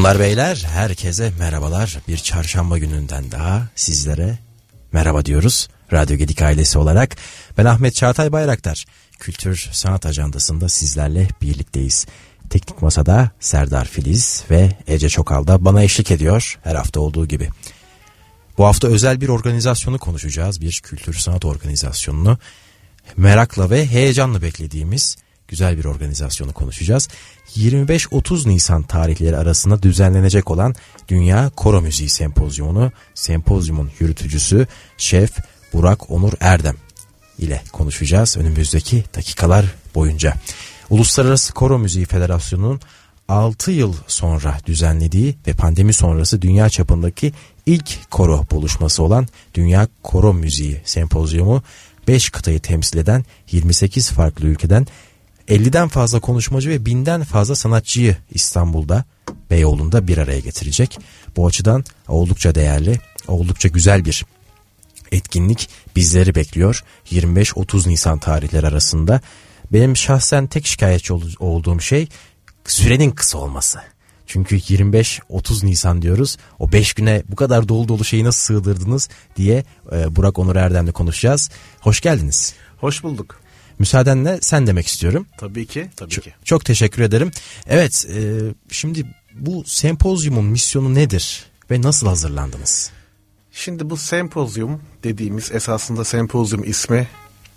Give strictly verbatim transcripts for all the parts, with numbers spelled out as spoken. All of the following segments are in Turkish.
Hanımlar beyler, herkese merhabalar. Bir çarşamba gününden daha sizlere merhaba diyoruz. Radyo Gedik ailesi olarak. Ben Ahmet Çağatay Bayraktar. Kültür Sanat Ajandası'nda sizlerle birlikteyiz. Teknik Masa'da Serdar Filiz ve Ece Çokal da bana eşlik ediyor her hafta olduğu gibi. Bu hafta özel bir organizasyonu konuşacağız. Bir kültür sanat organizasyonunu. Merakla ve heyecanla beklediğimiz güzel bir organizasyonu konuşacağız. yirmi beş otuz Nisan tarihleri arasında düzenlenecek olan Dünya Koro Müziği Sempozyumunu, sempozyumun yürütücüsü Şef Burak Onur Erdem ile konuşacağız önümüzdeki dakikalar boyunca. Uluslararası Koro Müziği Federasyonu'nun altı yıl sonra düzenlediği ve pandemi sonrası dünya çapındaki ilk koro buluşması olan Dünya Koro Müziği Sempozyumu, beş kıtayı temsil eden yirmi sekiz farklı ülkeden elliden fazla konuşmacı ve binden fazla sanatçıyı İstanbul'da, Beyoğlu'nda bir araya getirecek. Bu açıdan oldukça değerli, oldukça güzel bir etkinlik bizleri bekliyor. yirmi beş otuz Nisan tarihleri arasında. Benim şahsen tek şikayetçi olduğum şey sürenin kısa olması. Çünkü yirmi beş otuz Nisan diyoruz. O beş güne bu kadar dolu dolu şeyi nasıl sığdırdınız diye Burak Onur Erdem'le konuşacağız. Hoş geldiniz. Hoş bulduk. Müsaadenle sen demek istiyorum. Tabii ki, tabii çok, ki. Çok teşekkür ederim. Evet, e, şimdi bu sempozyumun misyonu nedir ve nasıl hazırlandınız? Şimdi bu sempozyum dediğimiz, esasında sempozyum ismi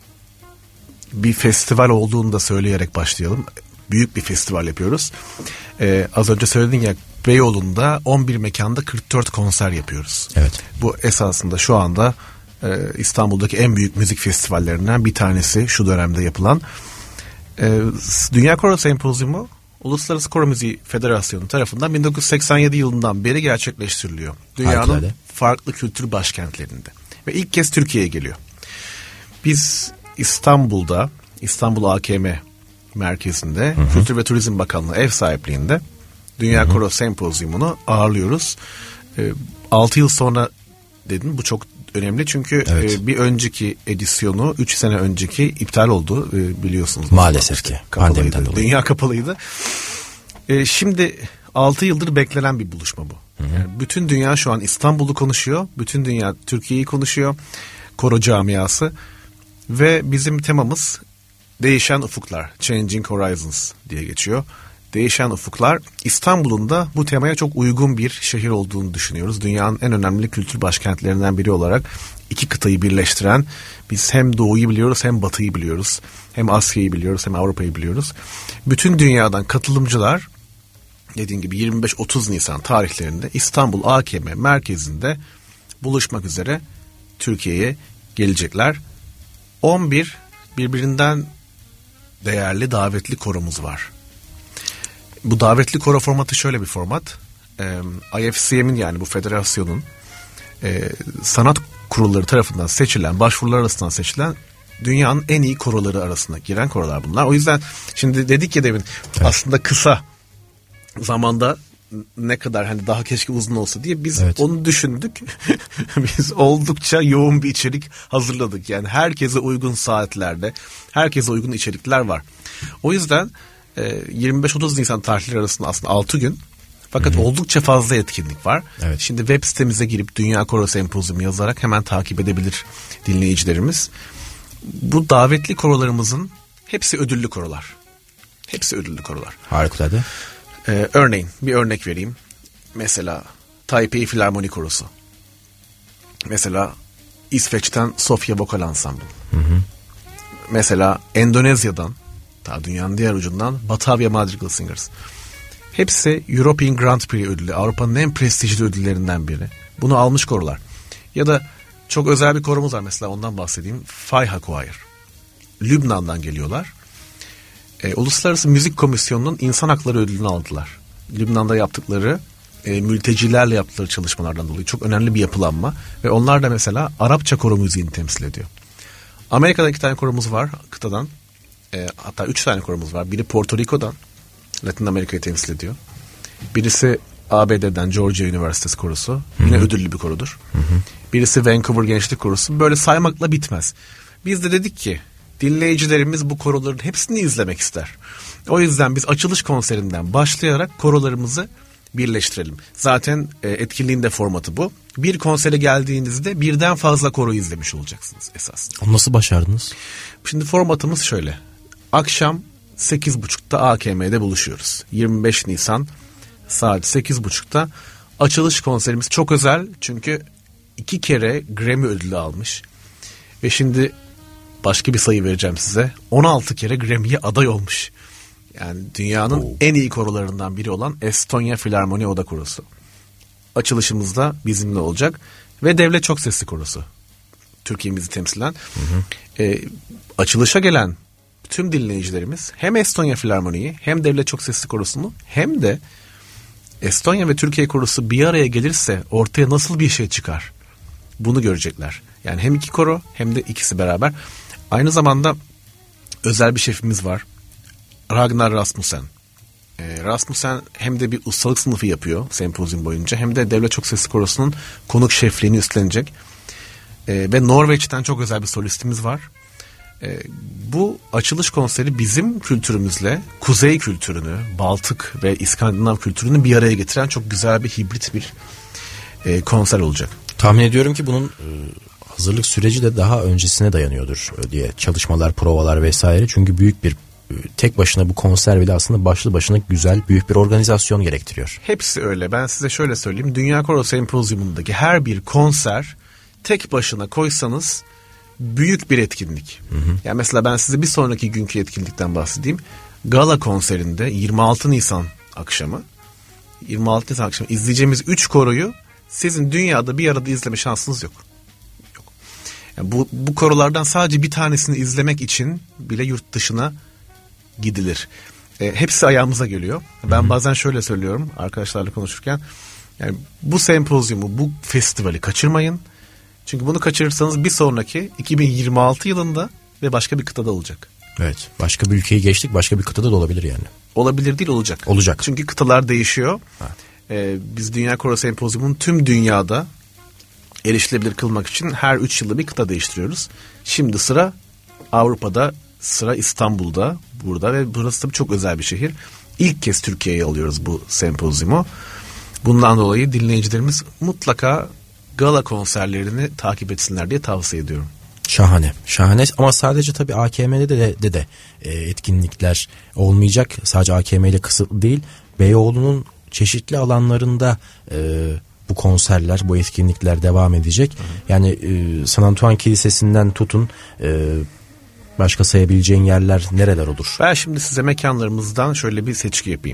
bir festival olduğunu da söyleyerek başlayalım. Büyük bir festival yapıyoruz. Ee, az önce söyledin ya, Beyoğlu'nda on bir mekanda kırk dört konser yapıyoruz. Evet. Bu esasında şu anda e, İstanbul'daki en büyük müzik festivallerinden bir tanesi şu dönemde yapılan. E, Dünya Koro Sempozyumu Uluslararası Koro Müziği Federasyonu tarafından bin dokuz yüz seksen yedi yılından beri gerçekleştiriliyor. Dünyanın Harikulade. farklı kültür başkentlerinde. Ve ilk kez Türkiye'ye geliyor. Biz İstanbul'da, İstanbul A K M merkezinde, hı hı. Kültür ve Turizm Bakanlığı ev sahipliğinde Dünya hı hı. Koro Sempozyumunu ağırlıyoruz. E, altı yıl sonra dedim, bu çok önemli çünkü evet. e, bir önceki edisyonu üç sene önceki iptal oldu e, biliyorsunuz. Maalesef ki pandemiden dolayı. Dünya kapalıydı. E, şimdi altı yıldır beklenen bir buluşma bu. Hı hı. Yani bütün dünya şu an İstanbul'u konuşuyor. Bütün dünya Türkiye'yi konuşuyor. Koro camiası. Ve bizim temamız Değişen Ufuklar, Changing Horizons diye geçiyor. Değişen Ufuklar, İstanbul'un da bu temaya çok uygun bir şehir olduğunu düşünüyoruz. Dünyanın en önemli kültür başkentlerinden biri olarak iki kıtayı birleştiren, biz hem Doğu'yu biliyoruz hem Batı'yı biliyoruz. Hem Asya'yı biliyoruz hem Avrupa'yı biliyoruz. Bütün dünyadan katılımcılar, dediğim gibi yirmi beş otuz Nisan tarihlerinde İstanbul A K M merkezinde buluşmak üzere Türkiye'ye gelecekler. on bir birbirinden değerli davetli koromuz var. Bu davetli koro formatı şöyle bir format. Ee, I F C M'in, yani bu federasyonun e, sanat kurulları tarafından seçilen, başvurular arasından seçilen dünyanın en iyi koroları arasına giren korolar bunlar. O yüzden şimdi dedik ya demin, evet. aslında kısa zamanda ne kadar hani daha keşke uzun olsa diye biz evet. onu düşündük. Biz oldukça yoğun bir içerik hazırladık. Yani herkese uygun saatlerde, herkese uygun içerikler var. O yüzden e, yirmi beş otuz Nisan tarihleri arasında aslında altı gün. Fakat Hı-hı. oldukça fazla etkinlik var. Evet. Şimdi web sitemize girip Dünya Koro Sempozyumu yazarak hemen takip edebilir dinleyicilerimiz. Bu davetli korolarımızın hepsi ödüllü korolar. Hepsi ödüllü korolar. Harikulade. Ee, örneğin bir örnek vereyim. Mesela Taipei Filarmoni Korosu. Mesela İsveç'ten Sofia Vokal Ensemble. Hı hı. Mesela Endonezya'dan, ta dünyanın diğer ucundan Batavia Madrigal Singers. Hepsi European Grand Prix ödülü, Avrupa'nın en prestijli ödüllerinden biri. Bunu almış korolar. Ya da çok özel bir koromuz var, mesela ondan bahsedeyim. Fayha Choir. Lübnan'dan geliyorlar. E, Uluslararası Müzik Komisyonu'nun İnsan Hakları Ödülünü aldılar. Lübnan'da yaptıkları, e, mültecilerle yaptıkları çalışmalardan dolayı çok önemli bir yapılanma. Ve onlar da mesela Arapça koro müziğini temsil ediyor. Amerika'da iki tane koromuz var kıtadan. E, hatta üç tane koromuz var. Biri Porto Rico'dan, Latin Amerika'yı temsil ediyor. Birisi A B D'den Georgia Üniversitesi Korosu. Hı-hı. Yine ödüllü bir korodur. Hı-hı. Birisi Vancouver Gençlik Korosu. Böyle saymakla bitmez. Biz de dedik ki dinleyicilerimiz bu koroların hepsini izlemek ister. O yüzden biz açılış konserinden başlayarak korolarımızı birleştirelim. Zaten e, etkinliğin de formatı bu. Bir konsere geldiğinizde birden fazla koro izlemiş olacaksınız esasında. Onu nasıl başardınız? Şimdi formatımız şöyle. Akşam sekiz buçukta A K M'de buluşuyoruz. yirmi beş Nisan saat sekiz buçukta açılış konserimiz çok özel. Çünkü iki kere Grammy ödülü almış. Ve şimdi başka bir sayı vereceğim size. on altı kere Grammy'ye aday olmuş. Yani dünyanın Oo. en iyi korolarından biri olan Estonya Filarmoni Oda Korosu. Açılışımızda bizimle olacak. Ve Devlet Çok Sesli Korosu. Türkiye'mizi temsilen. Hı hı. E, açılışa gelen tüm dinleyicilerimiz hem Estonya Filarmoni'yi hem Devlet Çok Sesli Korosu'nu hem de Estonya ve Türkiye Korosu bir araya gelirse ortaya nasıl bir şey çıkar? Bunu görecekler. Yani hem iki koro hem de ikisi beraber. Aynı zamanda özel bir şefimiz var. Ragnar Rasmussen. Ee, Rasmussen hem de bir ustalık sınıfı yapıyor sempozyum boyunca hem de Devlet Çok Sesli Korosu'nun konuk şefliğini üstlenecek. Ee, ve Norveç'ten çok özel bir solistimiz var. Ee, bu açılış konseri bizim kültürümüzle Kuzey kültürünü, Baltık ve İskandinav kültürünü bir araya getiren çok güzel bir hibrit bir e, konser olacak. Tahmin ediyorum ki bunun e, hazırlık süreci de daha öncesine dayanıyordur e, diye çalışmalar, provalar vesaire. Çünkü büyük bir e, tek başına bu konser bile aslında başlı başına güzel, büyük bir organizasyon gerektiriyor. Hepsi öyle. Ben size şöyle söyleyeyim. Dünya Koro Sempozyumundaki her bir konser tek başına koysanız büyük bir etkinlik. Hı hı. Yani mesela ben size bir sonraki günkü etkinlikten bahsedeyim. Gala konserinde yirmi altı Nisan akşamı yirmi altı Nisan akşamı izleyeceğimiz üç koroyu sizin dünyada bir arada izleme şansınız yok. Yok. Yani bu, bu korolardan sadece bir tanesini izlemek için bile yurt dışına gidilir. E, hepsi ayağımıza geliyor. Ben hı hı. bazen şöyle söylüyorum arkadaşlarla konuşurken. Yani bu sempozyumu, bu festivali kaçırmayın. Çünkü bunu kaçırırsanız bir sonraki iki bin yirmi altı yılında ve başka bir kıtada olacak. Evet. Başka bir ülkeyi geçtik, başka bir kıtada da olabilir yani. Olabilir değil, olacak. Olacak. Çünkü kıtalar değişiyor. Evet. Ee, biz Dünya Koro Sempozyumu'nun tüm dünyada erişilebilir kılmak için her üç yılda bir kıta değiştiriyoruz. Şimdi sıra Avrupa'da, sıra İstanbul'da, burada ve burası tabii çok özel bir şehir. İlk kez Türkiye'ye alıyoruz bu sempozyumu. Bundan dolayı dinleyicilerimiz mutlaka gala konserlerini takip etsinler diye tavsiye ediyorum. Şahane, şahane ama sadece tabii A K M'de de de, de, de e, etkinlikler olmayacak. Sadece A K M ile kısıtlı değil. Beyoğlu'nun çeşitli alanlarında e, bu konserler, bu etkinlikler devam edecek. Hı hı. Yani e, San Antoine Kilisesi'nden tutun e, başka sayabileceğin yerler nereler olur? Ben şimdi size mekanlarımızdan şöyle bir seçki yapayım.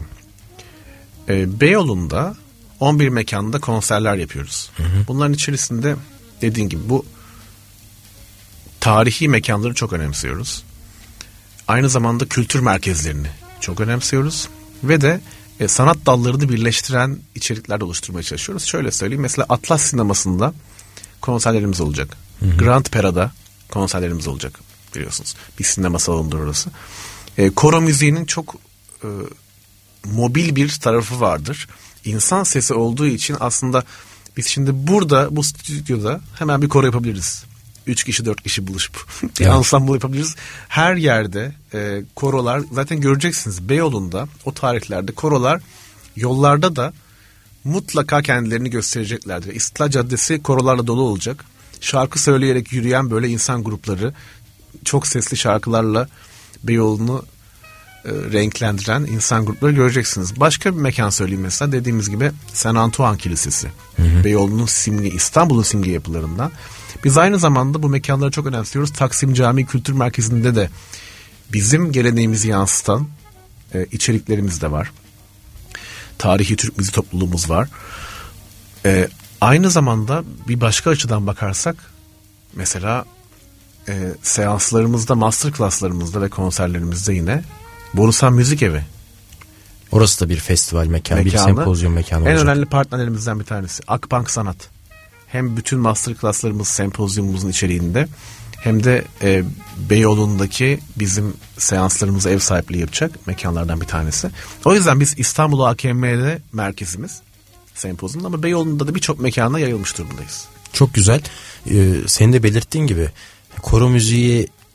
E, Beyoğlu'nda on bir mekanda konserler yapıyoruz. Hı hı. Bunların içerisinde dediğin gibi bu tarihi mekanları çok önemsiyoruz. Aynı zamanda kültür merkezlerini çok önemsiyoruz. Ve de e, sanat dallarını birleştiren içerikler oluşturmaya çalışıyoruz. Şöyle söyleyeyim, mesela Atlas Sineması'nda konserlerimiz olacak. Hı hı. Grand Pera'da konserlerimiz olacak, biliyorsunuz. Bir sinema salonudur orası. E, koro müziğinin çok e, mobil bir tarafı vardır. İnsan sesi olduğu için aslında biz şimdi burada bu stüdyoda hemen bir koro yapabiliriz. Üç kişi dört kişi buluşup bir evet. ansambl yapabiliriz. Her yerde e, korolar zaten göreceksiniz. Beyoğlu'nda o tarihlerde korolar yollarda da mutlaka kendilerini göstereceklerdir. İstiklal Caddesi korolarla dolu olacak. Şarkı söyleyerek yürüyen böyle insan grupları, çok sesli şarkılarla Beyoğlu'nu e, renklendiren insan grupları göreceksiniz. Başka bir mekan söyleyeyim mesela, dediğimiz gibi San Antoine Kilisesi. Hı hı. Beyoğlu'nun simge, İstanbul'un simge yapılarından. Biz aynı zamanda bu mekanları çok önemsiyoruz. Taksim Camii Kültür Merkezi'nde de bizim geleneğimizi yansıtan e, içeriklerimiz de var. Tarihi Türk müziği topluluğumuz var. E, aynı zamanda bir başka açıdan bakarsak mesela e, seanslarımızda, master classlarımızda ve konserlerimizde yine Borusan Müzik Evi. Orası da bir festival mekanı, mekanı, bir sempozyum mekanı olacak. En önemli partnerlerimizden bir tanesi Akbank Sanat. Hem bütün master classlarımız sempozyumumuzun içeriğinde hem de e, Beyoğlu'ndaki bizim seanslarımıza ev sahipliği yapacak mekanlardan bir tanesi. O yüzden biz İstanbul A K M'de merkezimiz sempozyumun, ama Beyoğlu'nda da birçok mekana yayılmış durumdayız. Çok güzel. Ee, senin de belirttiğin gibi koro müziği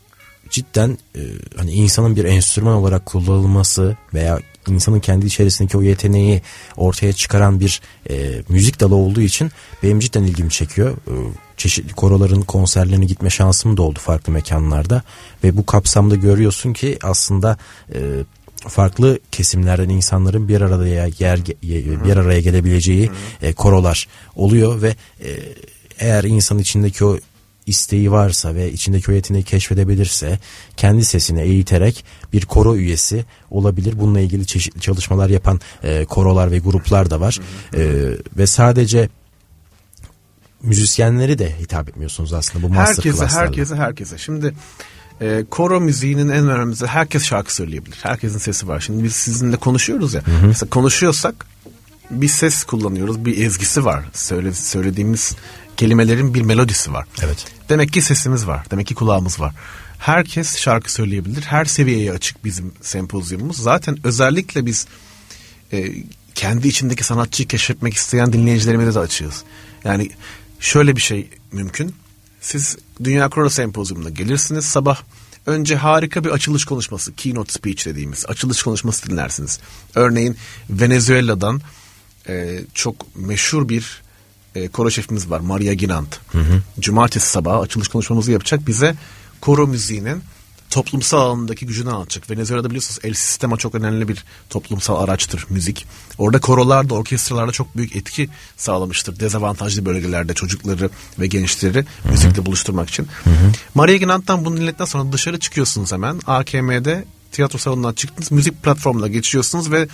cidden e, hani insanın bir enstrüman olarak kullanılması veya insanın kendi içerisindeki o yeteneği ortaya çıkaran bir e, müzik dalı olduğu için benim cidden ilgimi çekiyor. E, çeşitli koroların konserlerine gitme şansım da oldu farklı mekanlarda ve bu kapsamda görüyorsun ki aslında e, farklı kesimlerden insanların bir araya yer bir araya gelebileceği e, korolar oluyor ve e, eğer insanın içindeki o isteği varsa ve içindeki o yeteneği keşfedebilirse kendi sesini eğiterek bir koro üyesi olabilir. Bununla ilgili çeşitli çalışmalar yapan e, korolar ve gruplar da var. E, ve sadece müzisyenleri de hitap etmiyorsunuz aslında bu masterclass'larla. Herkese, herkese, herkese. Şimdi e, koro müziğinin en önemlisi, herkes şarkı söyleyebilir. Herkesin sesi var. Şimdi biz sizinle konuşuyoruz ya. Hı hı. Mesela konuşuyorsak bir ses kullanıyoruz, bir ezgisi var. Söyle, söylediğimiz kelimelerin bir melodisi var. Evet. Demek ki sesimiz var. Demek ki kulağımız var. Herkes şarkı söyleyebilir. Her seviyeye açık bizim sempozyumumuz. Zaten özellikle biz e, kendi içindeki sanatçıyı keşfetmek isteyen dinleyicilerimize de açığız. Yani şöyle bir şey mümkün. Siz Dünya Koro Sempozyumuna gelirsiniz. Sabah önce harika bir açılış konuşması, keynote speech dediğimiz açılış konuşması dinlersiniz. Örneğin Venezuela'dan e, çok meşhur bir e, koro şefimiz var, Maria Ginant. Hı hı. Cumartesi sabahı açılış konuşmamızı yapacak, bize koro müziğinin toplumsal alanındaki gücünü anlatacak. Venezuela'da biliyorsunuz El Sistema çok önemli bir toplumsal araçtır, müzik. Orada korolarda, orkestralarda çok büyük etki sağlamıştır. Dezavantajlı bölgelerde çocukları ve gençleri Hı-hı. müzikle buluşturmak için. Hı-hı. Maria Ginant'tan bunu dinledikten sonra dışarı çıkıyorsunuz hemen. A K M'de tiyatro salonundan çıktınız. Müzik platformuna geçiyorsunuz ve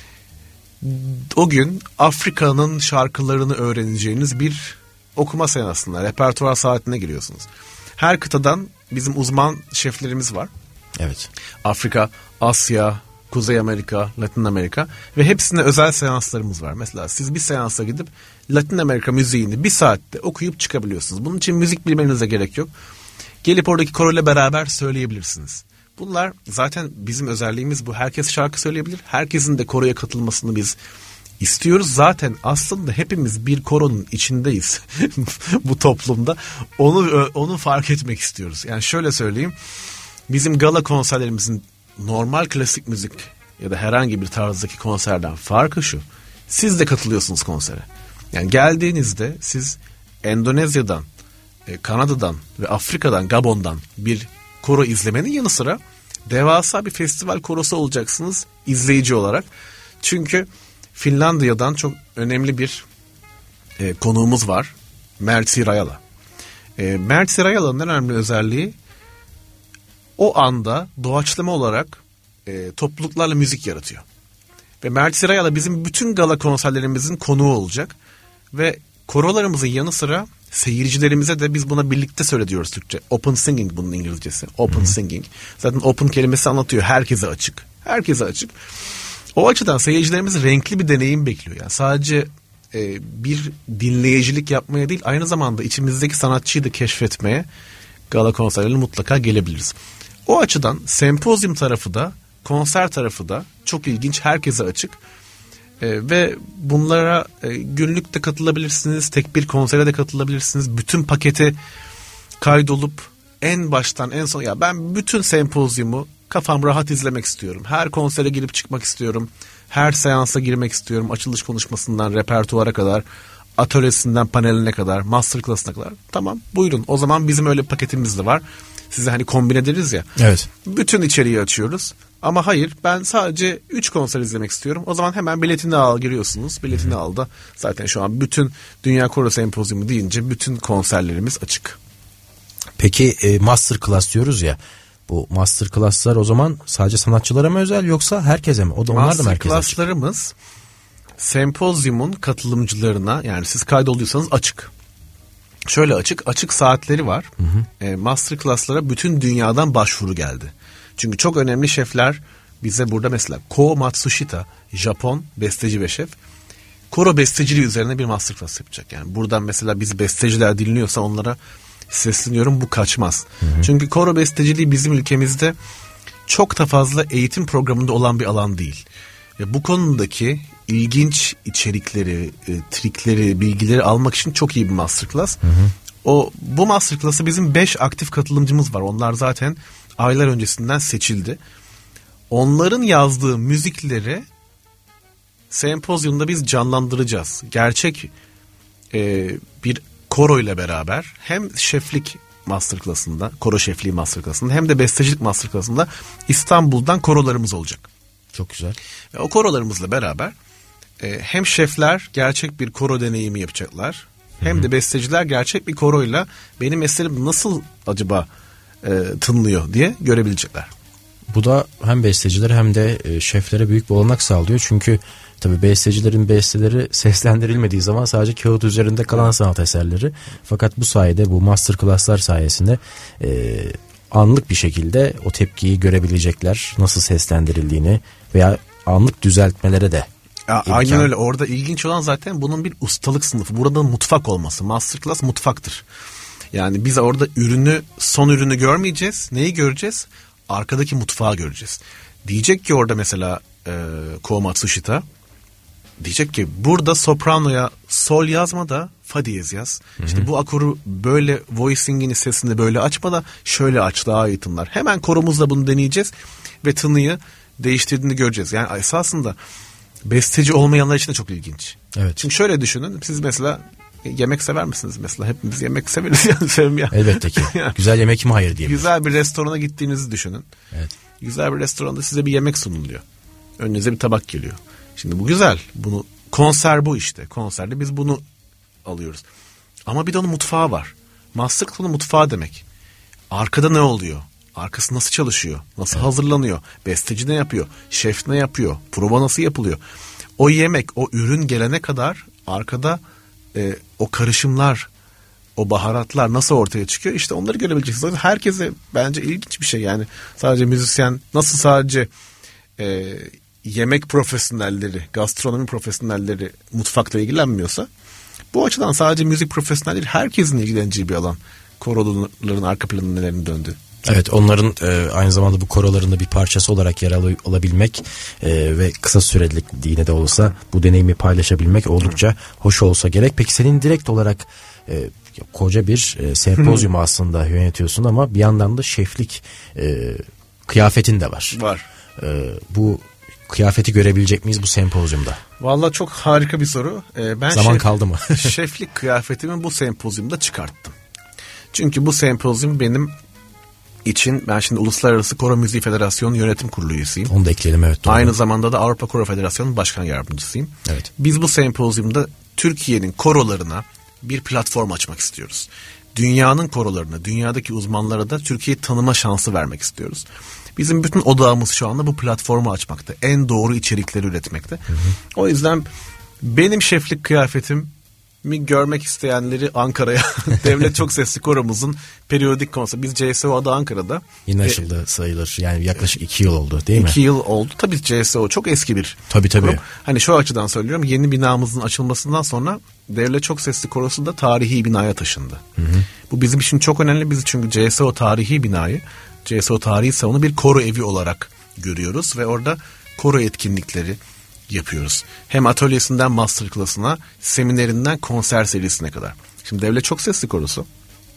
o gün Afrika'nın şarkılarını öğreneceğiniz bir okuma seansına, repertuar saatine giriyorsunuz. Her kıtadan bizim uzman şeflerimiz var. Evet. Afrika, Asya, Kuzey Amerika, Latin Amerika ve hepsine özel seanslarımız var. Mesela siz bir seansa gidip Latin Amerika müziğini bir saatte okuyup çıkabiliyorsunuz. Bunun için müzik bilmenize gerek yok. Gelip oradaki koroyla beraber söyleyebilirsiniz. Bunlar zaten bizim özelliğimiz bu. Herkes şarkı söyleyebilir. Herkesin de koroya katılmasını biz istiyoruz. Zaten aslında hepimiz bir koronun içindeyiz bu toplumda. Onu onu fark etmek istiyoruz. Yani şöyle söyleyeyim. Bizim gala konserlerimizin normal klasik müzik ya da herhangi bir tarzdaki konserden farkı şu. Siz de katılıyorsunuz konsere. Yani geldiğinizde siz Endonezya'dan, Kanada'dan ve Afrika'dan, Gabon'dan bir koro izlemenin yanı sıra devasa bir festival korosu olacaksınız izleyici olarak. Çünkü Finlandiya'dan çok önemli bir e, konuğumuz var. Mertsi Rajala. E, Mertsi Rajala'nın en önemli özelliği o anda doğaçlama olarak e, topluluklarla müzik yaratıyor. Ve Mertsi Rajala bizim bütün gala konserlerimizin konuğu olacak. Ve korolarımızın yanı sıra seyircilerimize de biz buna birlikte söyle diyoruz Türkçe. Open singing bunun İngilizcesi. Open Hı-hı. singing. Zaten open kelimesi anlatıyor. Herkese açık. Herkese açık. O açıdan seyircilerimiz renkli bir deneyim bekliyor. Yani sadece e, bir dinleyicilik yapmaya değil, aynı zamanda içimizdeki sanatçıyı da keşfetmeye gala konserlerine mutlaka gelebiliriz. O açıdan sempozyum tarafı da, konser tarafı da çok ilginç, herkese açık. E, ve bunlara e, günlük de katılabilirsiniz, tek bir konsere de katılabilirsiniz. Bütün paketi kaydolup en baştan en son, ya ben bütün sempozyumu kafam rahat izlemek istiyorum. Her konsere girip çıkmak istiyorum. Her seansa girmek istiyorum. Açılış konuşmasından repertuara kadar, atölyesinden paneline kadar, masterclass'ına kadar. Tamam, buyurun. O zaman bizim öyle bir paketimiz de var. Size hani kombin ederiz ya. Evet. Bütün içeriği açıyoruz. Ama hayır, ben sadece üç konser izlemek istiyorum. O zaman hemen biletini al, giriyorsunuz. Biletini Hı-hı. al da zaten şu an bütün Dünya Koro Sempozyumu deyince bütün konserlerimiz açık. Peki e, masterclass diyoruz ya. Bu masterclass'lar o zaman sadece sanatçılara mı özel yoksa herkese mi? O da onlar da merkeze açık. Masterclass'larımız sempozyumun katılımcılarına, yani siz kaydolduysanız açık. Şöyle açık, açık saatleri var. Hı hı. E, masterclass'lara bütün dünyadan başvuru geldi. Çünkü çok önemli şefler bize burada, mesela Ko Matsushita, Japon besteci ve şef, koro besteciliği üzerine bir masterclass yapacak. Yani buradan mesela biz besteciler dinliyorsa onlara sesleniyorum, bu kaçmaz. Hı hı. Çünkü koro besteciliği bizim ülkemizde çok da fazla eğitim programında olan bir alan değil. Ve bu konudaki ilginç içerikleri, e, trikleri, bilgileri almak için çok iyi bir masterclass. Hı hı. O bu masterclass'a bizim beş aktif katılımcımız var. Onlar zaten aylar öncesinden seçildi. Onların yazdığı müzikleri sempozyumda biz canlandıracağız. Gerçek e, bir koro ile beraber hem şeflik masterclass'ında, koro şefliği masterclass'ında hem de bestecilik masterclass'ında İstanbul'dan korolarımız olacak. Çok güzel. Ve o korolarımızla beraber e, hem şefler gerçek bir koro deneyimi yapacaklar. Hem Hı-hı. de besteciler gerçek bir koroyla benim eserim nasıl acaba e, tınlıyor diye görebilecekler. Bu da hem bestecilere hem de e, şeflere büyük bir olanak sağlıyor. Çünkü tabii bestecilerin besteleri seslendirilmediği zaman sadece kağıt üzerinde kalan sanat eserleri. Fakat bu sayede, bu masterclass'lar sayesinde e, anlık bir şekilde o tepkiyi görebilecekler. Nasıl seslendirildiğini veya anlık düzeltmelere de. Ya, aynen öyle. Orada ilginç olan zaten bunun bir ustalık sınıfı. Burada mutfak olması. Masterclass mutfaktır. Yani biz orada ürünü, son ürünü görmeyeceğiz. Neyi göreceğiz? Arkadaki mutfağı göreceğiz. Diyecek ki orada mesela e, Ko Matsushita diyecek ki burada sopranoya sol yazma da fa diyez yaz. Hı-hı. İşte bu akoru böyle voicing'ini sesini böyle açma da şöyle aç, daha iyi tınlar. Hemen koromuzla bunu deneyeceğiz ve tınıyı değiştirdiğini göreceğiz. Yani esasında besteci olmayanlar için de çok ilginç. Evet. Çünkü şöyle düşünün, siz mesela yemek sever misiniz mesela? Hepimiz yemek severiz yani, sevmiyor. Elbette ki. Yani, güzel yemek mi hayır diye. Güzel bir restorana gittiğinizi düşünün. Evet. Güzel bir restoranda size bir yemek sunuluyor. Önünüze bir tabak geliyor. Şimdi bu güzel. Bunu konser bu işte. Konserde biz bunu alıyoruz. Ama bir de onun mutfağı var. Masterclass'ın mutfağı demek. Arkada ne oluyor? Arkası nasıl çalışıyor? Nasıl evet. hazırlanıyor? Besteci ne yapıyor? Şef ne yapıyor? Prova nasıl yapılıyor? O yemek, o ürün gelene kadar arkada e, o karışımlar, o baharatlar nasıl ortaya çıkıyor? İşte onları görebileceksiniz. Herkese bence ilginç bir şey yani. Sadece müzisyen, nasıl sadece e, yemek profesyonelleri, gastronomi profesyonelleri mutfakla ilgilenmiyorsa, bu açıdan sadece müzik profesyonelleri herkesin ilgileneceği bir alan. Koroların arka planının nelerine döndü. Evet, onların e, aynı zamanda bu koroların da bir parçası olarak yer al- alabilmek e, ve kısa süreli yine de olsa bu deneyimi paylaşabilmek oldukça Hı. hoş olsa gerek. Peki senin direkt olarak e, koca bir e, sempozyum Hı. aslında yönetiyorsun ama bir yandan da şeflik e, kıyafetin de var. Var. E, bu kıyafeti görebilecek miyiz bu sempozyumda? Vallahi çok harika bir soru. Ee, ben Zaman şef, kaldı mı? şeflik kıyafetimi bu sempozyumda çıkarttım. Çünkü bu sempozyum benim için, ben şimdi Uluslararası Koro Müziği Federasyonu Yönetim Kurulu üyesiyim. Onu da ekleyelim, evet. Doğru. Aynı zamanda da Avrupa Koro Federasyonu Başkan Yardımcısıyım. Evet. Biz bu sempozyumda Türkiye'nin korolarına bir platform açmak istiyoruz. Dünyanın korolarına, dünyadaki uzmanlara da Türkiye'yi tanıma şansı vermek istiyoruz. Bizim bütün odağımız şu anda bu platformu açmakta. En doğru içerikleri üretmekte. Hı hı. O yüzden benim şeflik kıyafetimi görmek isteyenleri Ankara'ya, Devlet Çok Sesli Koromuzun periyodik konser. Biz C S O adı Ankara'da. Yine açıldı e, sayılır. Yani yaklaşık iki yıl oldu değil mi? İki yıl oldu. Tabii C S O çok eski bir tabii, tabii. kurum. Hani şu açıdan söylüyorum. Yeni binamızın açılmasından sonra Devlet Çok Sesli Korosu da tarihi binaya taşındı. Hı hı. Bu bizim için çok önemli. Biz çünkü C S O tarihi binayı, C S O tarihi salonu bir koro evi olarak görüyoruz ve orada koro etkinlikleri yapıyoruz. Hem atölyesinden masterclass'ına, seminerinden konser serisine kadar. Şimdi Devlet Çok Sesli Korosu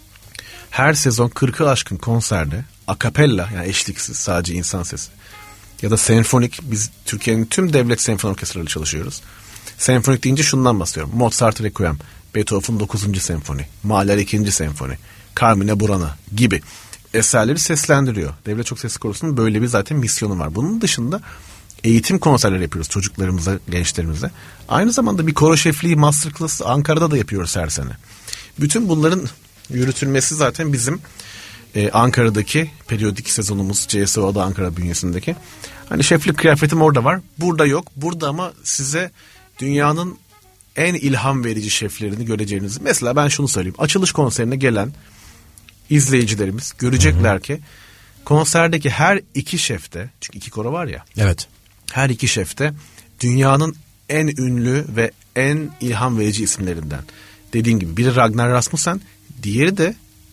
her sezon kırkı aşkın konserde akapella, yani eşliksiz sadece insan sesi ya da senfonik, biz Türkiye'nin tüm devlet senfoni orkestralarıyla çalışıyoruz. Senfonik deyince şundan bahsediyorum. Mozart Requiem, Beethoven dokuzuncu senfoni, Mahler ikinci senfoni, Carmine Burana gibi eserleri seslendiriyor. Devlet Çok Sesli Korosu'nun böyle bir zaten misyonu var. Bunun dışında eğitim konserleri yapıyoruz çocuklarımıza, gençlerimize. Aynı zamanda bir koro şefliği masterclass Ankara'da da yapıyoruz her sene. Bütün bunların yürütülmesi zaten bizim e, Ankara'daki periyodik sezonumuz, C S O'da Ankara bünyesindeki. Hani şeflik kıyafetim orada var. Burada yok. Burada ama size dünyanın en ilham verici şeflerini göreceğiniz. Mesela ben şunu söyleyeyim. Açılış konserine gelen izleyicilerimiz görecekler Hı-hı. ki konserdeki her iki şefte, çünkü iki koro var ya. Evet. Her iki şefte dünyanın en ünlü ve en ilham verici isimlerinden. Dediğim gibi biri Ragnar Rasmussen, diğeri de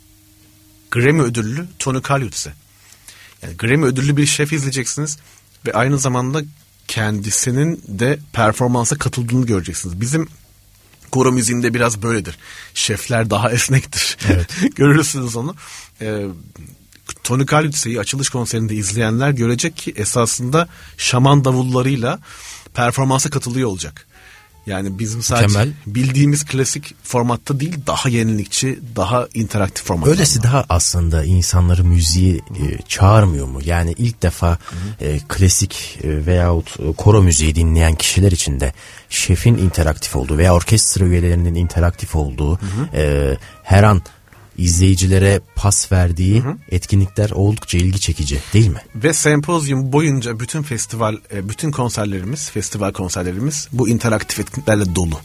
Grammy ödüllü Tony Kalyutse. Yani Grammy ödüllü bir şef izleyeceksiniz ve aynı zamanda kendisinin de performansa katıldığını göreceksiniz. Bizim koro müziğinde biraz böyledir. Şefler daha esnektir. Evet. Görürsünüz onu. Ee, Tony Kalutis'i açılış konserinde izleyenler görecek ki esasında şaman davullarıyla performansa katılıyor olacak. Yani bizim sadece Mükemmel. bildiğimiz klasik formatta değil, daha yenilikçi, daha interaktif formatta. Öylesi daha aslında insanları müziği e, çağırmıyor mu? Yani ilk defa e, klasik e, veyahut e, koro müziği dinleyen kişiler için de şefin interaktif olduğu veya orkestra üyelerinin interaktif olduğu, e, her an izleyicilere pas verdiği hı hı. etkinlikler oldukça ilgi çekici değil mi? Ve sempozyum boyunca bütün festival, bütün konserlerimiz, festival konserlerimiz bu interaktif etkinliklerle dolu.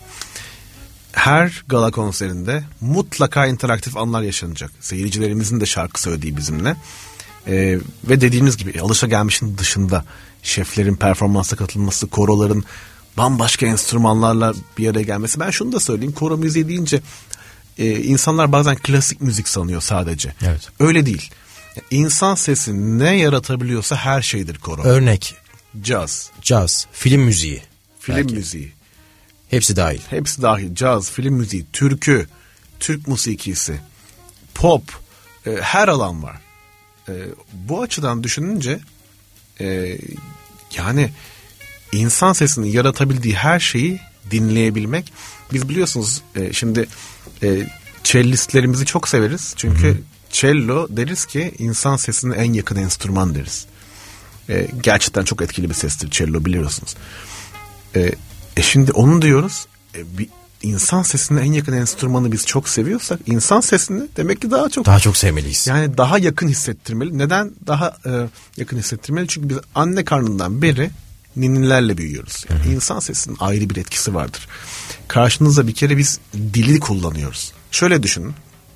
Her gala konserinde mutlaka interaktif anlar yaşanacak. Seyircilerimizin de şarkı söylediği bizimle. Ee, ve dediğimiz gibi alışagelmişin dışında şeflerin performansa katılması, koroların bambaşka enstrümanlarla bir araya gelmesi. Ben şunu da söyleyeyim, koro müziği deyince Ee, insanlar bazen klasik müzik sanıyor sadece. Evet. Öyle değil. İnsan sesi ne yaratabiliyorsa her şeydir koro. Örnek. Caz. Caz, film müziği. Film belki. müziği. Hepsi dahil. Hepsi dahil. Caz, film müziği, türkü, Türk musikisi, pop, e, her alan var. E, bu açıdan düşününce e, yani insan sesini yaratabildiği her şeyi dinleyebilmek. Biz biliyorsunuz e, şimdi e, cellistlerimizi çok severiz. Çünkü hı hı. cello deriz ki insan sesine en yakın enstrüman deriz. E, gerçekten çok etkili bir sestir cello, biliyorsunuz. E, e şimdi onu diyoruz. E, bir insan sesine en yakın enstrümanı biz çok seviyorsak, insan sesini demek ki daha çok daha çok sevmeliyiz. Yani daha yakın hissettirmeli. Neden daha e, yakın hissettirmeli? Çünkü biz anne karnından beri ninnilerle büyüyoruz. Yani hı-hı. İnsan sesinin ayrı bir etkisi vardır. Karşınızda bir kere biz dili kullanıyoruz. Şöyle düşünün.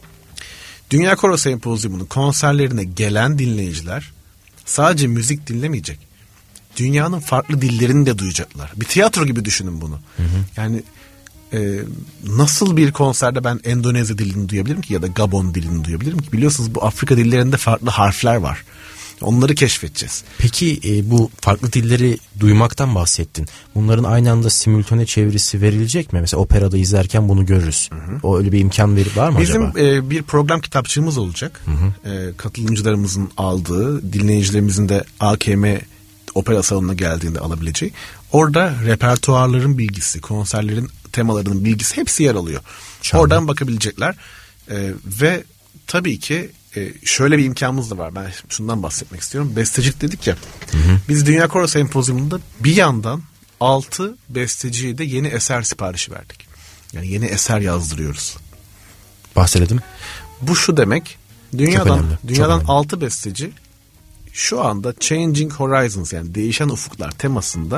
Dünya Koro Sempozyumu'nun konserlerine gelen dinleyiciler sadece müzik dinlemeyecek. Dünyanın farklı dillerini de duyacaklar. Bir tiyatro gibi düşünün bunu. Hı-hı. Yani e, nasıl bir konserde ben Endonezya dilini duyabilirim ki ya da Gabon dilini duyabilirim ki? Biliyorsunuz bu Afrika dillerinde farklı harfler var. Onları keşfedeceğiz. Peki e, bu farklı dilleri duymaktan bahsettin. Bunların aynı anda simultane çevirisi verilecek mi? Mesela operada izlerken bunu görürüz. Hı hı. O öyle bir imkan veri var mı Bizim, acaba? Bizim e, bir program kitapçığımız olacak. Hı hı. E, katılımcılarımızın aldığı, dinleyicilerimizin de A K M opera salonuna geldiğinde alabileceği. Orada repertuarların bilgisi, konserlerin temalarının bilgisi hepsi yer alıyor. Şahane. Oradan bakabilecekler. E, ve tabii ki şöyle bir imkanımız da var. Ben şundan bahsetmek istiyorum. Bestecilik dedik ya. Hı hı. Biz Dünya Koro Sempozyumu'nda bir yandan altı besteciye de yeni eser siparişi verdik. Yani yeni eser yazdırıyoruz. Bahsedelim. Bu şu demek. Dünyadan dünyadan altı besteci şu anda Changing Horizons, yani değişen ufuklar temasında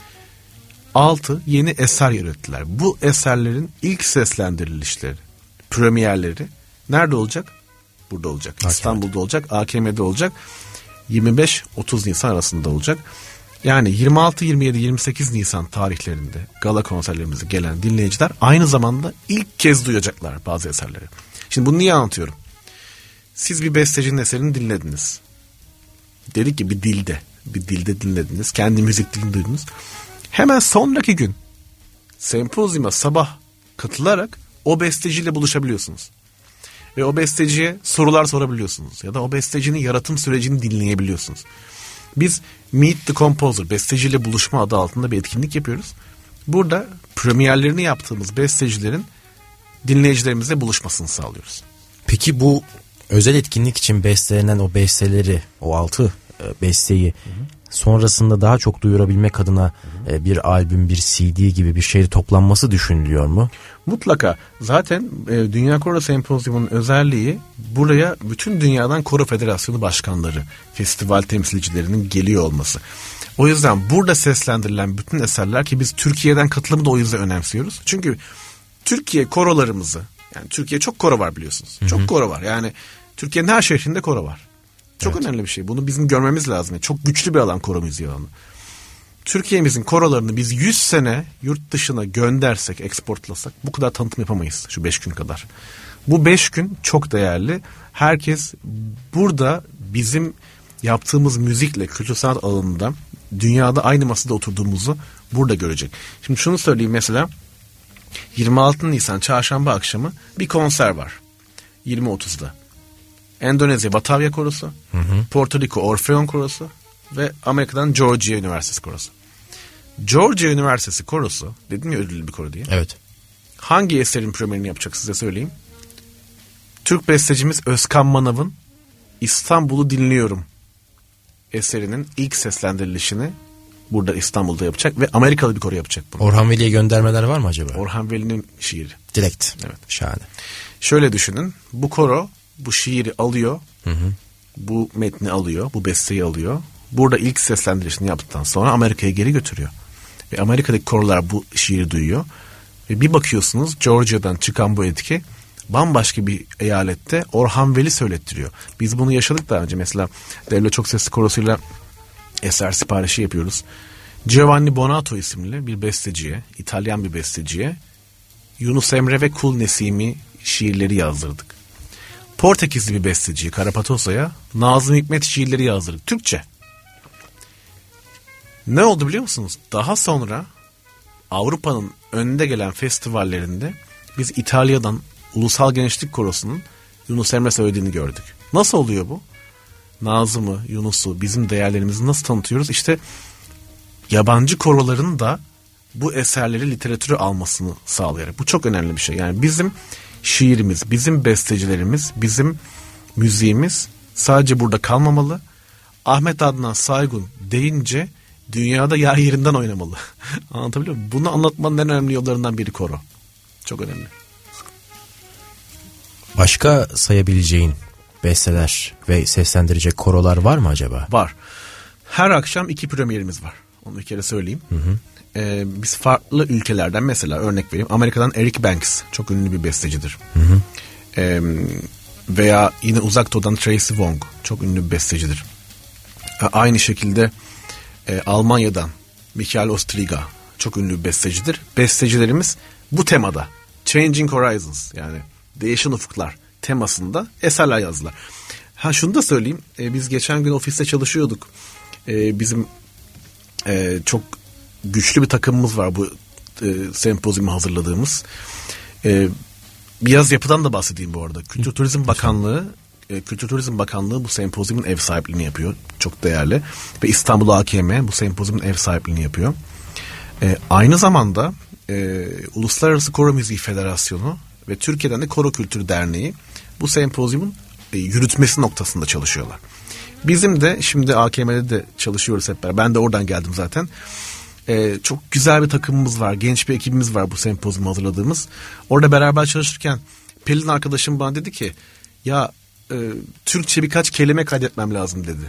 altı yeni eser ürettiler. Bu eserlerin ilk seslendirilişleri, premierleri nerede olacak? Burada olacak. A K M'de. İstanbul'da olacak. A K M'de olacak. yirmi beş otuz Nisan arasında olacak. Yani yirmi altı yirmi yedi yirmi sekiz Nisan tarihlerinde gala konserlerimize gelen dinleyiciler aynı zamanda ilk kez duyacaklar bazı eserleri. Şimdi bunu niye anlatıyorum? Siz bir bestecinin eserini dinlediniz. Dedik ki bir dilde. Bir dilde dinlediniz. Kendi müzik dilini duydunuz. Hemen sonraki gün sempozyuma sabah katılarak o besteciyle buluşabiliyorsunuz. Ve o besteciye sorular sorabiliyorsunuz. Ya da o bestecinin yaratım sürecini dinleyebiliyorsunuz. Biz Meet the Composer, besteciyle buluşma adı altında bir etkinlik yapıyoruz. Burada premierlerini yaptığımız bestecilerin dinleyicilerimizle buluşmasını sağlıyoruz. Peki bu özel etkinlik için bestelenen o besteleri, o altı besteyi hı hı. sonrasında daha çok duyurabilmek adına hı hı. bir albüm, bir C D gibi bir şey toplanması düşünülüyor mu? Mutlaka. Zaten e, Dünya Koro Sempozyumu'nun özelliği buraya bütün dünyadan Koro Federasyonu başkanları, festival temsilcilerinin geliyor olması. O yüzden burada seslendirilen bütün eserler, ki biz Türkiye'den katılımı da o yüzden önemsiyoruz. Çünkü Türkiye korolarımızı, yani Türkiye çok koro var biliyorsunuz. Hı hı. Çok koro var. Yani Türkiye'nin her şehrinde koro var. Çok evet. önemli bir şey. Bunu bizim görmemiz lazım. Yani çok güçlü bir alan koro müziği alanı. Türkiye'mizin korolarını biz yüz sene yurt dışına göndersek, eksportlasak bu kadar tanıtım yapamayız şu beş gün kadar. Bu beş gün çok değerli. Herkes burada bizim yaptığımız müzikle kültür sanat alanında dünyada aynı masada oturduğumuzu burada görecek. Şimdi şunu söyleyeyim, mesela yirmi altı Nisan çarşamba akşamı bir konser var. yirmi otuzda. Endonezya Batavia Korosu, hı hı. Porto Rico Orfeon Korosu ve Amerika'dan Georgia Üniversitesi Korosu. Georgia Üniversitesi Korosu, dedim ya ödüllü bir koro diye. Evet. Hangi eserin premierini yapacak size söyleyeyim. Türk bestecimiz Özkan Manav'ın İstanbul'u Dinliyorum eserinin ilk seslendirilişini burada İstanbul'da yapacak ve Amerikalı bir koro yapacak bunu. Orhan Veli'ye göndermeler var mı acaba? Orhan Veli'nin şiiri. Direkt. Evet. Şahane. Şöyle düşünün. Bu koro bu şiiri alıyor. Hı hı. Bu metni alıyor. Bu besteyi alıyor. Burada ilk seslendirişini yaptıktan sonra Amerika'ya geri götürüyor. Ve Amerika'daki korolar bu şiiri duyuyor. Ve bir bakıyorsunuz Georgia'dan çıkan bu etki bambaşka bir eyalette Orhan Veli söylettiriyor. Biz bunu yaşadık daha önce. Mesela Devlet Çok Sesli Korosu'yla eser siparişi yapıyoruz. Giovanni Bonato isimli bir besteciye, İtalyan bir besteciye Yunus Emre ve Kul Nesimi şiirleri yazdırdık. Portekizli bir besteciye Karapatosa'ya Nazım Hikmet şiirleri yazdırdık. Türkçe. Ne oldu biliyor musunuz? Daha sonra Avrupa'nın önde gelen festivallerinde biz İtalya'dan Ulusal Gençlik Korosu'nun Yunus Emre söylediğini gördük. Nasıl oluyor bu? Nazım'ı, Yunus'u, bizim değerlerimizi nasıl tanıtıyoruz? İşte yabancı koroların da bu eserleri literatüre almasını sağlayarak. Bu çok önemli bir şey. Yani bizim şiirimiz, bizim bestecilerimiz, bizim müziğimiz sadece burada kalmamalı. Ahmet Adnan Saygun deyince dünyada yer yerinden oynamalı. Anlatabiliyor muyum? Bunu anlatmanın en önemli yollarından biri koro. Çok önemli. Başka sayabileceğin besteler ve seslendirecek korolar var mı acaba? Var. Her akşam iki premierimiz var. Onu bir kere söyleyeyim. Hı hı. Ee, biz farklı ülkelerden mesela örnek vereyim. Amerika'dan Eric Banks çok ünlü bir bestecidir. Hı hı. Ee, veya yine Uzak Doğu'dan Tracy Wong çok ünlü bir bestecidir. Ee, aynı şekilde e, Almanya'dan Michael Ostriga çok ünlü bir bestecidir. Bestecilerimiz bu temada Changing Horizons yani değişen ufuklar temasında eserler yazdılar. Ha şunu da söyleyeyim. E, biz geçen gün ofiste çalışıyorduk. E, bizim e, çok güçlü bir takımımız var bu e, sempozyumu hazırladığımız. E, biraz yapıdan da bahsedeyim bu arada. Kültür Turizm Bakanlığı e, Kültür Turizm Bakanlığı bu sempozyumun ev sahipliğini yapıyor. Çok değerli. Ve İstanbul A K M bu sempozyumun ev sahipliğini yapıyor. E, aynı zamanda e, Uluslararası Koro Müziği Federasyonu ve Türkiye'den de Koro Kültür Derneği bu sempozyumun e, yürütmesi noktasında çalışıyorlar. Bizim de şimdi A K M'de de çalışıyoruz hep beraber. Ben de oradan geldim zaten. E, çok güzel bir takımımız var. Genç bir ekibimiz var bu sempozyumu hazırladığımız. Orada beraber çalışırken Pelin arkadaşım bana dedi ki ya e, Türkçe birkaç kelime kaydetmem lazım dedi.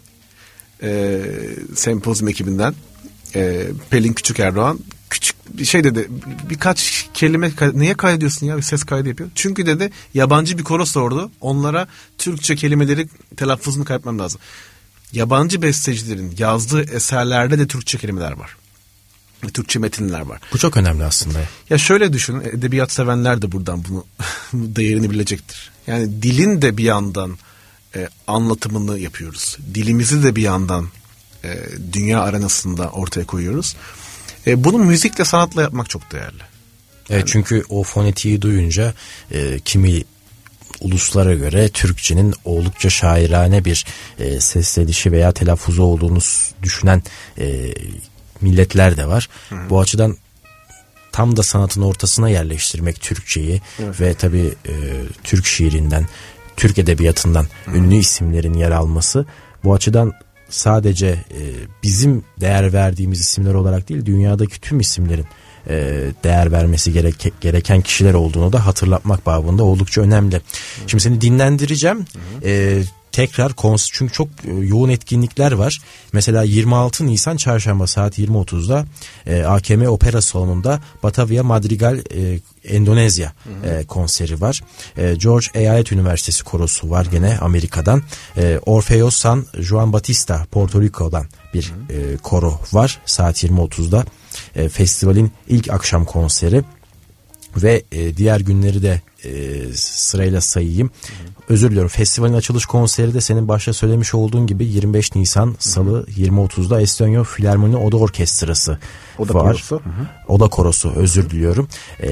E, sempozyum ekibinden. E, Pelin Küçük Erdoğan küçük bir şey dedi. Birkaç kelime niye kaydediyorsun ya? Bir ses kaydı yapıyor. Çünkü dedi yabancı bir koro sordu. Onlara Türkçe kelimeleri telaffuzunu kaydetmem lazım. Yabancı bestecilerin yazdığı eserlerde de Türkçe kelimeler var. Türkçe metinler var. Bu çok önemli aslında. Ya şöyle düşünün. Edebiyat sevenler de buradan bunu değerini bilecektir. Yani dilin de bir yandan e, anlatımını yapıyoruz. Dilimizi de bir yandan e, dünya arenasında ortaya koyuyoruz. E, bunu müzikle sanatla yapmak çok değerli. Evet yani, çünkü o fonetiği duyunca e, kimi uluslara göre Türkçenin oldukça şairane bir e, seslenişi veya telaffuzu olduğunu düşünen e, milletler de var. Hı hı. Bu açıdan tam da sanatın ortasına yerleştirmek Türkçeyi evet. ve tabii e, Türk şiirinden, Türk edebiyatından hı. ünlü isimlerin yer alması bu açıdan sadece e, bizim değer verdiğimiz isimler olarak değil, dünyadaki tüm isimlerin e, değer vermesi gereke, gereken kişiler olduğunu da hatırlatmak babında oldukça önemli. Hı. Şimdi seni dinlendireceğim. Hı. E, tekrar konser, çünkü çok yoğun etkinlikler var. Mesela yirmi altı Nisan Çarşamba saat yirmi otuzda e, A K M Opera Salonu'nda Batavia Madrigal e, Endonezya e, konseri var. E, George Eyalet Üniversitesi korosu var gene Amerika'dan. E, Orfeos San Juan Batista Porto Rico'dan bir e, koro var saat yirmi otuzda. E, festivalin ilk akşam konseri ve e, diğer günleri de e, sırayla sayayım. Hı hı. Özür diliyorum. Festivalin açılış konseri de senin başta söylemiş olduğun gibi yirmi beş Nisan Salı yirmi otuzda Estonya Filarmoni Oda Orkestrası Oda var. Korosu. Hı hı. Oda Korosu özür diliyorum. E,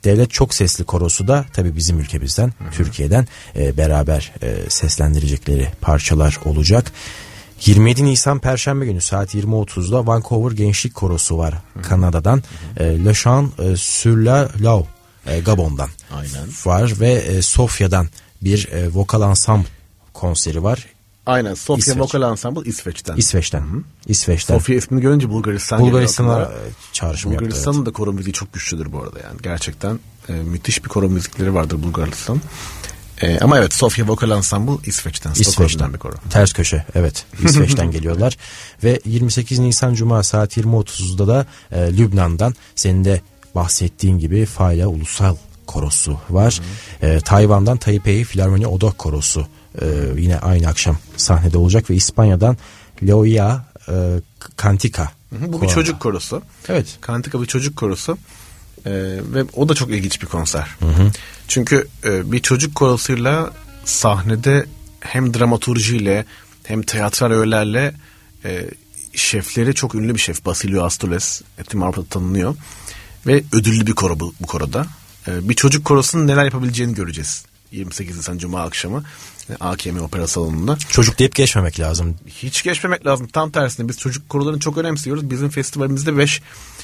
Devlet Çok Sesli Korosu da tabii bizim ülkemizden, hı hı. Türkiye'den e, beraber e, seslendirecekleri parçalar olacak. yirmi yedi Nisan Perşembe günü saat yirmi otuzda Vancouver Gençlik Korosu var, hı hı. Kanada'dan. Hı hı. E, Le Chant e, sur la Lau e, Gabon'dan Aynen. var ve e, Sofya'dan bir e, vokal ensemble konseri var. Aynen, Sofya İsveç. Vokal Ensemble İsveç'ten. İsveç'ten. Hı-hı. İsveç'ten. Sofya ismini görünce Bulgaristan Bulgaristan'a çağrışım yaptı. Bulgaristan'ın evet. da koro müziği çok güçlüdür bu arada yani. Gerçekten e, müthiş bir koro müzikleri vardır Bulgaristan. E, ama evet, Sofya Vokal Ensemble İsveç'ten. İsveç'ten bir koro. Ters köşe, evet. İsveç'ten geliyorlar. Ve yirmi sekiz Nisan Cuma saat yirmi otuzda da e, Lübnan'dan senin de bahsettiğin gibi Fayla Ulusal Korosu var. E, Tayvan'dan Taipei Filarmoni Oda Korosu e, yine aynı akşam sahnede olacak ve İspanya'dan Leoia e, Cantica. Hı hı, bu bir çocuk korosu. Evet. Cantica bir çocuk korosu. Ee, ve o da çok ilginç bir konser. Hı hı. Çünkü e, bir çocuk korosuyla sahnede hem dramaturjiyle hem teatral öğelerle e, şefleri çok ünlü bir şef. Basilio Astoles. Tüm Avrupa'da tanınıyor. Ve ödüllü bir koro bu, bu koroda. E, bir çocuk korosunun neler yapabileceğini göreceğiz. yirmi sekiz Nisan Cuma akşamı A K M Opera Salonu'nda. Çocuk deyip geçmemek lazım. Hiç geçmemek lazım. Tam tersine biz çocuk korolarını çok önemsiyoruz. Bizim festivalimizde beş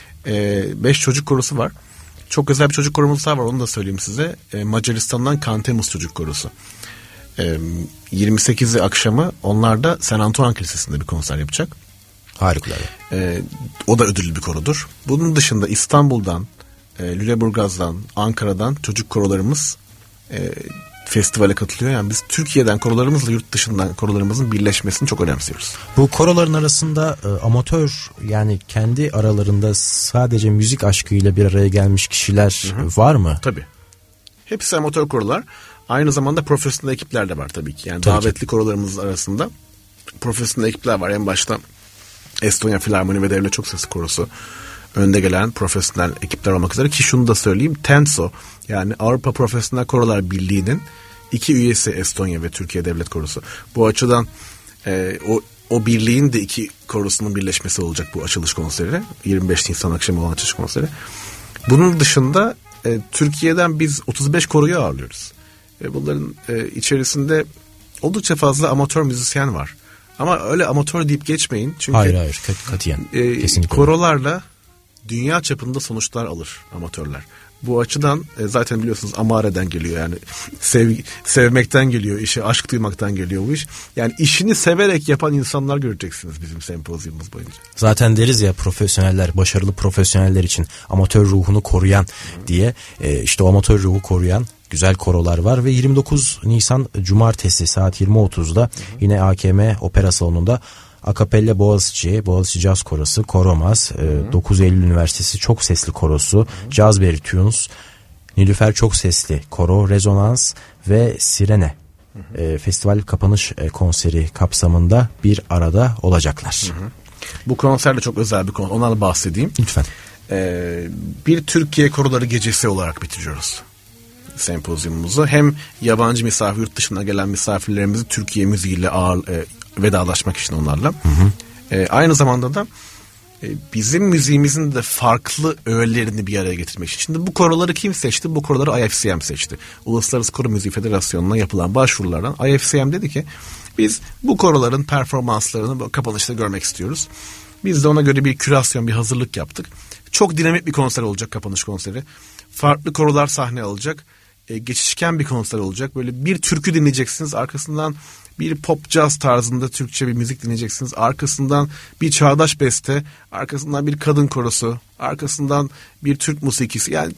beş çocuk korosu var. Çok güzel bir çocuk koromuz var, onu da söyleyeyim size. E, Macaristan'dan Cantemus Çocuk Korosu. E, yirmi sekizi akşamı onlar da Saint Antoine Kilisesi'nde bir konser yapacak. Harikulade. E, o da ödüllü bir korodur. Bunun dışında İstanbul'dan, e, Lüleburgaz'dan, Ankara'dan çocuk korolarımız e, festivale katılıyor. Yani biz Türkiye'den korolarımızla yurt dışından korolarımızın birleşmesini çok önemsiyoruz. Bu koroların arasında e, amatör, yani kendi aralarında sadece müzik aşkıyla bir araya gelmiş kişiler hı hı. var mı? Tabii. Hepsi amatör korolar. Aynı zamanda profesyonel ekipler de var tabii ki. Yani tabii davetli ki. Korolarımız arasında profesyonel ekipler var. En başta Estonya Filarmoni ve Devlet Çok Sesli Korosu önde gelen profesyonel ekipler olmak üzere, ki şunu da söyleyeyim, TENSO yani Avrupa Profesyonel Korolar Birliği'nin iki üyesi Estonya ve Türkiye Devlet Korosu. Bu açıdan e, o o birliğin de iki korosunun birleşmesi olacak bu açılış konseri. yirmi beş Nisan akşamı olan açılış konseri. Bunun dışında e, Türkiye'den biz otuz beş koroyu ağırlıyoruz. E, bunların e, içerisinde oldukça fazla amatör müzisyen var. Ama öyle amatör deyip geçmeyin. Çünkü hayır hayır katiyen. E, Kesinlikle. Korolarla dünya çapında sonuçlar alır amatörler. Bu açıdan e, zaten biliyorsunuz Amare'den geliyor yani sev, sevmekten geliyor, işe aşk duymaktan geliyor bu iş. Yani işini severek yapan insanlar göreceksiniz bizim sempozyumumuz boyunca. Zaten deriz ya, profesyoneller, başarılı profesyoneller için amatör ruhunu koruyan Hı. diye e, işte o amatör ruhu koruyan güzel korolar var ve yirmi dokuz Nisan Cumartesi saat yirmi otuzda Hı. yine A K M Opera Salonu'nda Akapella Boğaziçi, Boğaziçi Caz Korosu, Koromaz, e, dokuz Eylül Üniversitesi Çok Sesli Korosu, Cazberry Tunes, Nilüfer Çok Sesli Koro, Rezonans ve Sirene e, festival kapanış e, konseri kapsamında bir arada olacaklar. Hı hı. Bu konser de çok özel bir konser, ondan da bahsedeyim. Lütfen. Ee, bir Türkiye Koroları Gecesi olarak bitiriyoruz sempozyumumuzu. Hem yabancı misafir, yurt dışına gelen misafirlerimizi Türkiye müziğiyle ağır, e, vedalaşmak için onlarla. Hı hı. E, aynı zamanda da e, bizim müziğimizin de farklı öğelerini bir araya getirmek için. Şimdi bu koroları kim seçti? Bu koroları I F C M seçti. Uluslararası Koro Müziği Federasyonu'na yapılan başvurulardan I F C M dedi ki biz bu koroların performanslarını kapanışta görmek istiyoruz. Biz de ona göre bir kürasyon, bir hazırlık yaptık. Çok dinamik bir konser olacak, kapanış konseri. Farklı korolar sahne alacak. E, geçişken bir konser olacak. Böyle bir türkü dinleyeceksiniz. Arkasından bir pop jazz tarzında Türkçe bir müzik dinleyeceksiniz. Arkasından bir çağdaş beste. Arkasından bir kadın korosu. Arkasından bir Türk musikisi. Yani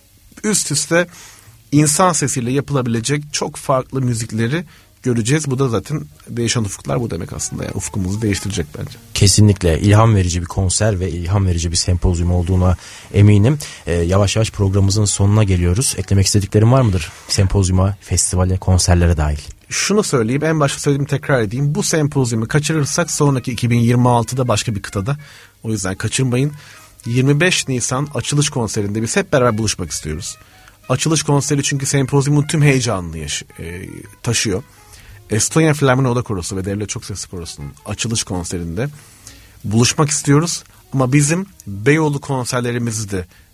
üst üste insan sesiyle yapılabilecek çok farklı müzikleri göreceğiz. Bu da zaten değişen ufuklar bu demek aslında. Yani ufkumuzu değiştirecek bence. Kesinlikle ilham verici bir konser ve ilham verici bir sempozyum olduğuna eminim. Ee, yavaş yavaş programımızın sonuna geliyoruz. Eklemek istediklerin var mıdır? Sempozyuma, festivale, konserlere dahil. Şunu söyleyeyim, en başta söylediğimi tekrar edeyim. Bu sempozyumu kaçırırsak sonraki iki bin yirmi altıda başka bir kıtada. O yüzden kaçırmayın. yirmi beş Nisan açılış konserinde biz hep beraber buluşmak istiyoruz. Açılış konseri çünkü sempozyumun tüm heyecanını yaş- e, taşıyor. Estonya Filarmoni Oda Korosu ve Devlet Çok Sesli Korosu'nun açılış konserinde buluşmak istiyoruz. Ama bizim Beyoğlu konserlerimizi de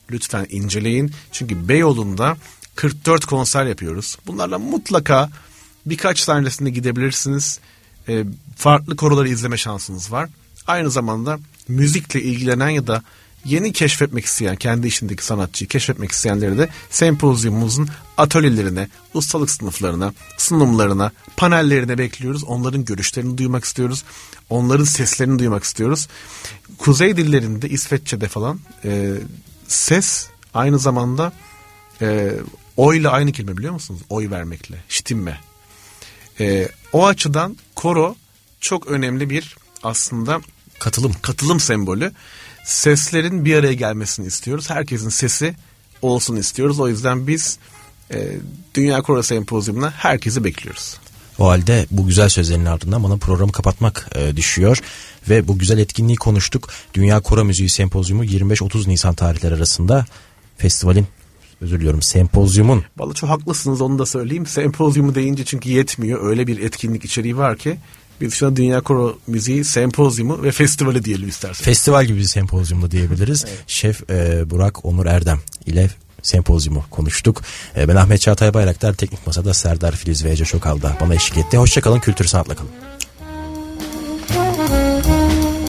lütfen inceleyin. Çünkü Beyoğlu'nda kırk dört konser yapıyoruz. Bunlarla mutlaka birkaç tanesine gidebilirsiniz. E, farklı koroları izleme şansınız var. Aynı zamanda müzikle ilgilenen ya da yeni keşfetmek isteyen, kendi işindeki sanatçıyı keşfetmek isteyenleri de sempozyumumuzun atölyelerine, ustalık sınıflarına, sunumlarına, panellerine bekliyoruz. Onların görüşlerini duymak istiyoruz. Onların seslerini duymak istiyoruz. Kuzey dillerinde, İsveççe'de falan e, ses aynı zamanda e, oyla aynı kelime, biliyor musunuz? Oy vermekle, stimme. E, o açıdan koro çok önemli bir aslında Katılım. Katılım sembolü. Seslerin bir araya gelmesini istiyoruz. Herkesin sesi olsun istiyoruz. O yüzden biz e, Dünya Koro Sempozyumuna herkesi bekliyoruz. O halde bu güzel sözlerin ardından bana programı kapatmak e, düşüyor. Ve bu güzel etkinliği konuştuk. Dünya Koro Müziği Sempozyumu yirmi beş otuz Nisan tarihleri arasında festivalin, özür diliyorum, sempozyumun. Vallahi çok haklısınız, onu da söyleyeyim. Sempozyumu deyince çünkü yetmiyor. Öyle bir etkinlik içeriği var ki biz şu an Dünya Koro Müziği Sempozyumu ve festivali diyelim isterseniz. Festival gibi bir sempozyumda diyebiliriz. Evet. Şef e, Burak Onur Erdem ile sempozyumu konuştuk. E, ben Ahmet Çağatay Bayraktar, teknik masada Serdar Filiz ve Ece Şokal'da bana eşlik etti. Hoşçakalın, kültür sanatla kalın.